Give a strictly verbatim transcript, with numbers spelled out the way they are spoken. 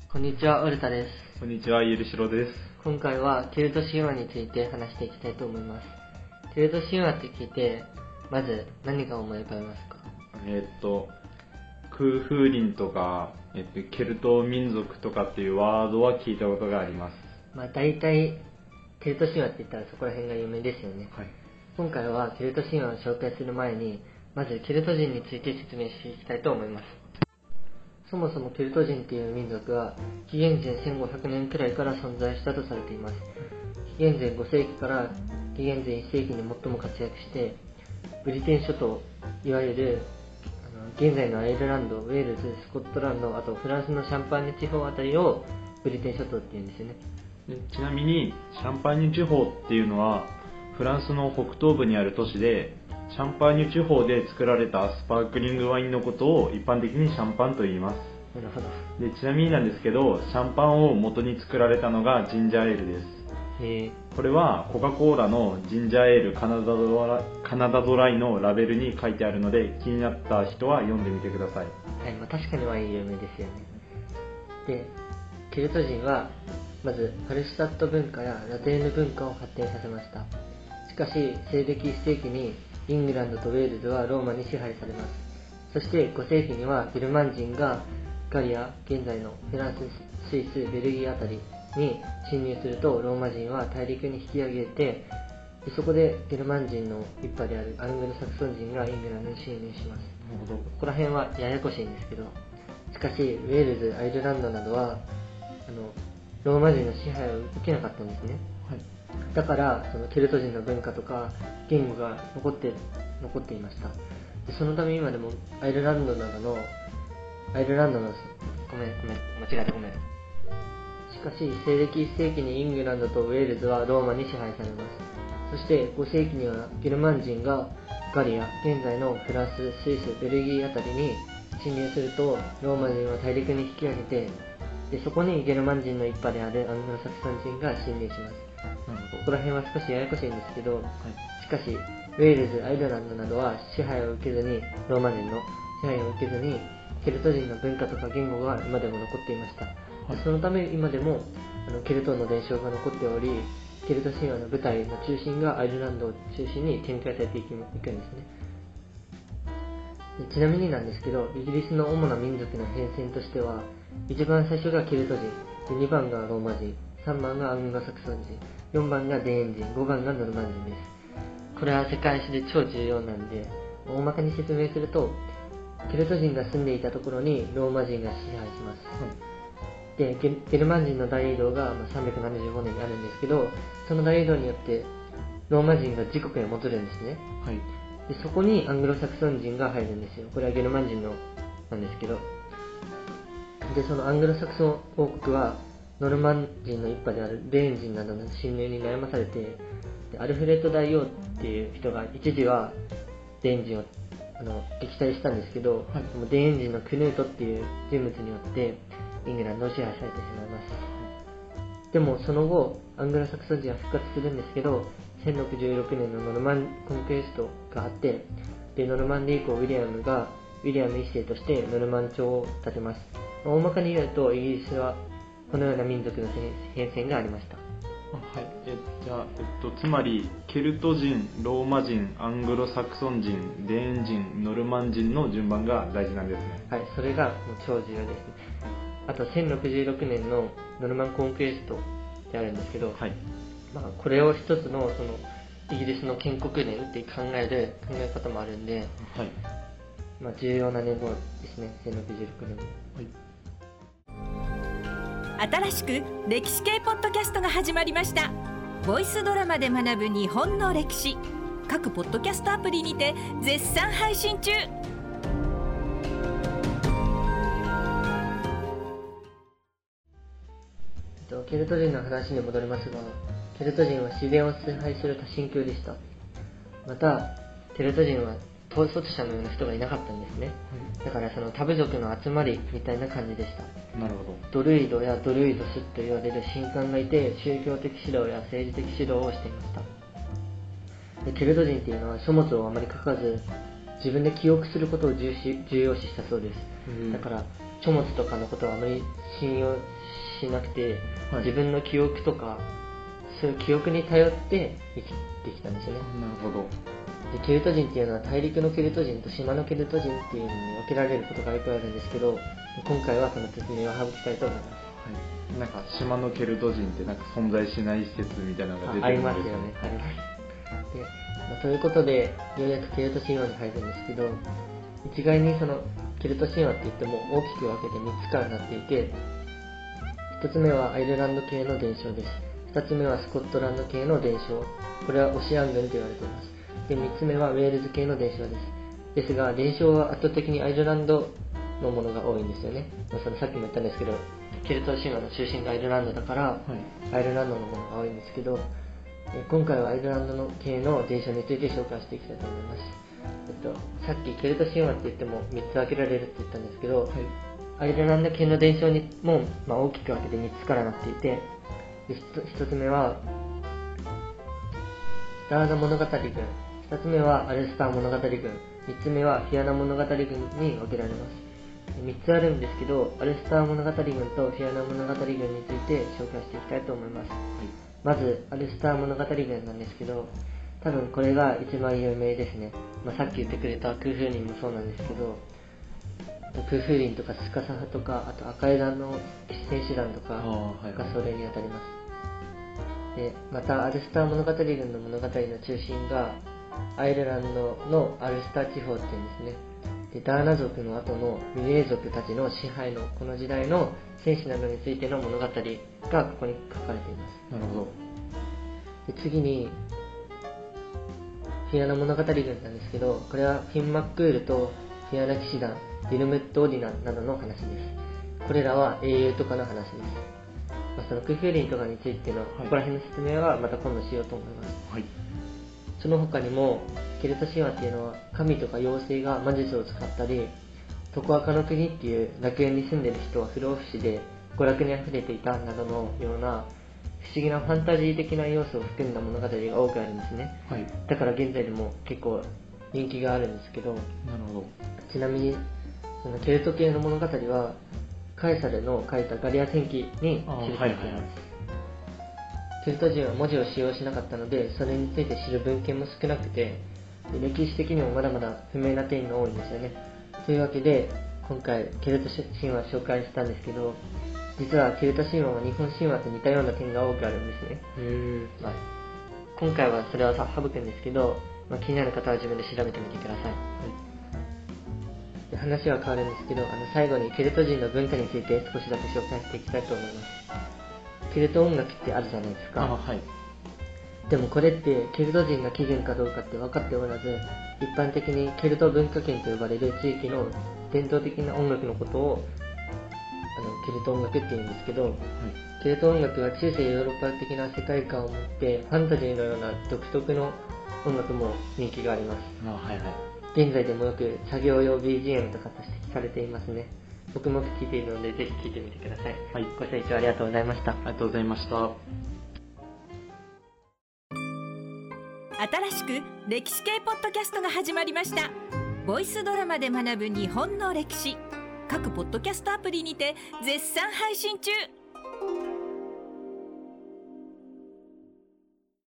こんにちは、オルタです。 こんにちは、ゆるしろです。 今回はケルト神話について話していきたいと思います。ケルト神話って聞いて、まず何が思い浮かべますか？ えーっと、空風林とか、えっと、ケルト民族とかっていうワードは聞いたことがあります。 まあ大体、ケルト神話って言ったらそこら辺が有名ですよね。 はい。 今回はケルト神話を紹介する前に、まずケルト人について説明していきたいと思います。そもそもケルト人っていう民族は紀元前せんごひゃくねんくらいから存在したとされています。紀元前ごせいきから紀元前いっせいきに最も活躍して、ブリテン諸島、いわゆるあの現在のアイルランド、ウェールズ、スコットランド、あとフランスのシャンパーニュ地方あたりをブリテン諸島っていうんですよね。 でちなみに、シャンパーニュ地方っていうのは、フランスの北東部にある都市で、シャンパーニュ地方で作られたスパークリングワインのことを一般的にシャンパンと言います。 なるほど。 でちなみになんですけど、シャンパンを元に作られたのがジンジャーエールです。 へこれはコカ・コーラのジンジャーエールカナダドラカナダドライのラベルに書いてあるので、気になった人は読んでみてください。 はい、まあ、確かにワイン有名ですよね。で、ケルト人はまずハルシュタット文化やラテーヌ文化を発展させました。しかし西暦いっせいきにイングランドとウェールズはローマに支配されます。そしてごせいきにはゲルマン人がガリア、現在のフランス、スイス、ベルギーあたりに侵入すると、ローマ人は大陸に引き上げて、でそこでゲルマン人の一派であるアングロサクソン人がイングランドに侵入します。 なるほど。 ここら辺はややこしいんですけど、しかしウェールズ、アイルランドなどはあのローマ人の支配を受けなかったんですね。 はい。 だからそのケルト人の文化とか言語が残って残っていました。でそのため今でもアイルランドなどのアイルランドのごめんごめん間違えたごめん。しかし西暦いっせいきにイングランドとウェールズはローマに支配されます。そしてごせいきにはゲルマン人がガリア、現在のフランス、スイス、ベルギーあたりに侵入すると、ローマ人は大陸に引き上げて、でそこにゲルマン人の一派であるアングロサクソン人が侵入します。 なるほど。 ここら辺は少しややこしいんですけど、 はい。 しかしウェールズ、アイルランドなどは支配を受けずに、ローマ人の支配を受けずにケルト人の文化とか言語が今でも残っていました。 はい、 そのため今でもあのケルトの伝承が残っており、ケルト神話の舞台の中心がアイルランドを中心に展開されていくんですね。でちなみになんですけど、イギリスの主な民族の変遷としては、一番最初がケルト人、でにばんがローマ人、さんばんがアングロサクソン人、よんばんがデーン人、ごばんがノルマン人です。これは世界史で超重要なんで、大まかに説明すると、ケルト人が住んでいたところにローマ人が支配します。はい、で ゲ, ゲルマン人の大移動がさんびゃくななじゅうごねんにあるんですけど、その大移動によってローマ人が自国に戻るんですね。 はい、 でそこにアングロサクソン人が入るんですよ。これはゲルマン人のなんですけど、でそのアングロサクソン王国はノルマン人の一派であるレーン人などの侵入に悩まされて、でアルフレッド大王っていう人が一時はレーン人をあの撃退したんですけど、はい、でもデーン人のクヌートっていう人物によってイングランドを支配されてしまいます。でもその後アングロサクソン人は復活するんですけど、せんろくじゅうろくねんのノルマンコンクエストがあって、でノルマンディ以降ウィリアムがウィリアム一世としてノルマン朝を建てます。大まかに言うとイギリスはこのような民族の変遷がありました。 はい、えじゃあ、えっと、つまりケルト人、ローマ人、アングロサクソン人、デーン人、ノルマン人の順番が大事なんですね。 はい、それがもう超重要ですね。あとせんろくじゅうろくねんのノルマンコンクエストってあるんですけど、 はい、 まあ、これを一つのそのイギリスの建国年って考える考え方もあるんで、 はい、 まあ、重要な年号ですね。せんろくじゅうろくねん。はい。 新しく歴史系ポッドキャストが始まりました。ボイスドラマで学ぶ日本の歴史、各ポッドキャストアプリにて絶賛配信中。 ケルト人の話に戻りますが、ケルト人は自然を崇拝する多神教でした。またケルト人は統率者のような人がいなかったんですね。うん、だからその他部族の集まりみたいな感じでした。 なるほど。 ドルイドやドルイドスと言われる神官がいて、宗教的指導や政治的指導をしていました。でケルト人っていうのは書物をあまり書かず、自分で記憶することを重視重要視したそうです。うん、だから書物とかのことはあまり信用しなくて、 はい、 自分の記憶とかそういう記憶に頼って生きてきたんですよね。 なるほど。 でケルト人っていうのは大陸のケルト人と島のケルト人っていうのに分けられることがよくあるんですけど、今回はその説明を省きたいと思います。 はい、なんか島のケルト人ってなんか存在しない説みたいなのが出てありるんですますよね。あります。で、まあ、ということでようやくケルト神話に入るんですけど、一概にそのケルト神話って言っても大きく分けてみっつからなっていて、ひとつめはアイルランド系の伝承です。ふたつめはスコットランド系の伝承、これはオシアン群と言われています。でみっつめはウェールズ系の伝承です。ですが伝承は圧倒的にアイルランドのものが多いんですよね。まあ、そのさっきも言ったんですけど、ケルト神話の中心がアイルランドだから、はい、アイルランドのものが多いんですけど、え今回はアイルランドの系の伝承について紹介していきたいと思います。えっと、さっきケルト神話って言ってもみっつ分けられるって言ったんですけど、はい、アイルランド系の伝承にも、まあ、大きく分けてみっつからなっていて、でひとつめはスターナ物語群、ふたつめはアルスター物語群、みっつめはフィアナ物語群に分けられます。みっつあるんですけど、アルスター物語群とフィアナ物語群について紹介していきたいと思います。はい、まずアルスター物語群なんですけど、多分これが一番有名ですね。まあ、さっき言ってくれたクーフーリンもそうなんですけど、クーフーリンとかスカサハとか、あと赤枝の戦士団とかがそれにあたります。でまたアルスター物語群の物語の中心がアイルランドのアルスター地方っていうんですね。でダーナ族の後のミレー族たちの支配のこの時代の戦士などについての物語がここに書かれています。 なるほど。 で次にフィアナ物語群なんですけど、これはフィン・マックールとフィアナ騎士団、ディルムット・オディナンなどの話です。これらは英雄とかの話です。まあ、そのクフーリンとかについての、はい、ここら辺の説明はまた今度しようと思います。はい、その他にもケルト神話っていうのは神とか妖精が魔術を使ったり、トコアカの国っていう楽園に住んでる人は不老不死で娯楽にあふれていたなどのような不思議なファンタジー的な要素を含んだ物語が多くあるんですね。はい、だから現在でも結構人気があるんですけど、なるほど。ちなみにそのケルト系の物語はカエサルの書いたガリア戦記に記されています。はいはいはい、ケルト人は文字を使用しなかったので、それについて知る文献も少なくて、歴史的にもまだまだ不明な点が多いんですよね。というわけで今回ケルト神話を紹介したんですけど、実はケルト神話は日本神話と似たような点が多くあるんですね。へー、まあ、今回はそれを省くんですけど、まあ、気になる方は自分で調べてみてください。はい、で話は変わるんですけど、あの最後にケルト人の文化について少しだけ紹介していきたいと思います。ケルト音楽ってあるじゃないですか。あ、はい、でもこれってケルト人が起源かどうかって分かっておらず、一般的にケルト文化圏と呼ばれる地域の伝統的な音楽のことをあのケルト音楽って言うんですけど、はい、ケルト音楽は中世ヨーロッパ的な世界観を持ってファンタジーのような独特の音楽も人気があります。あ、はいはい、現在でもよく作業用 ビージーエム とかとして聞かれていますね。僕も聴いているのでぜひ聴いてみてください。はい、ご清聴ありがとうございました。 ありがとうございました。 新しく歴史系ポッドキャストが始まりました。ボイスドラマで学ぶ日本の歴史、各ポッドキャストアプリにて絶賛配信中。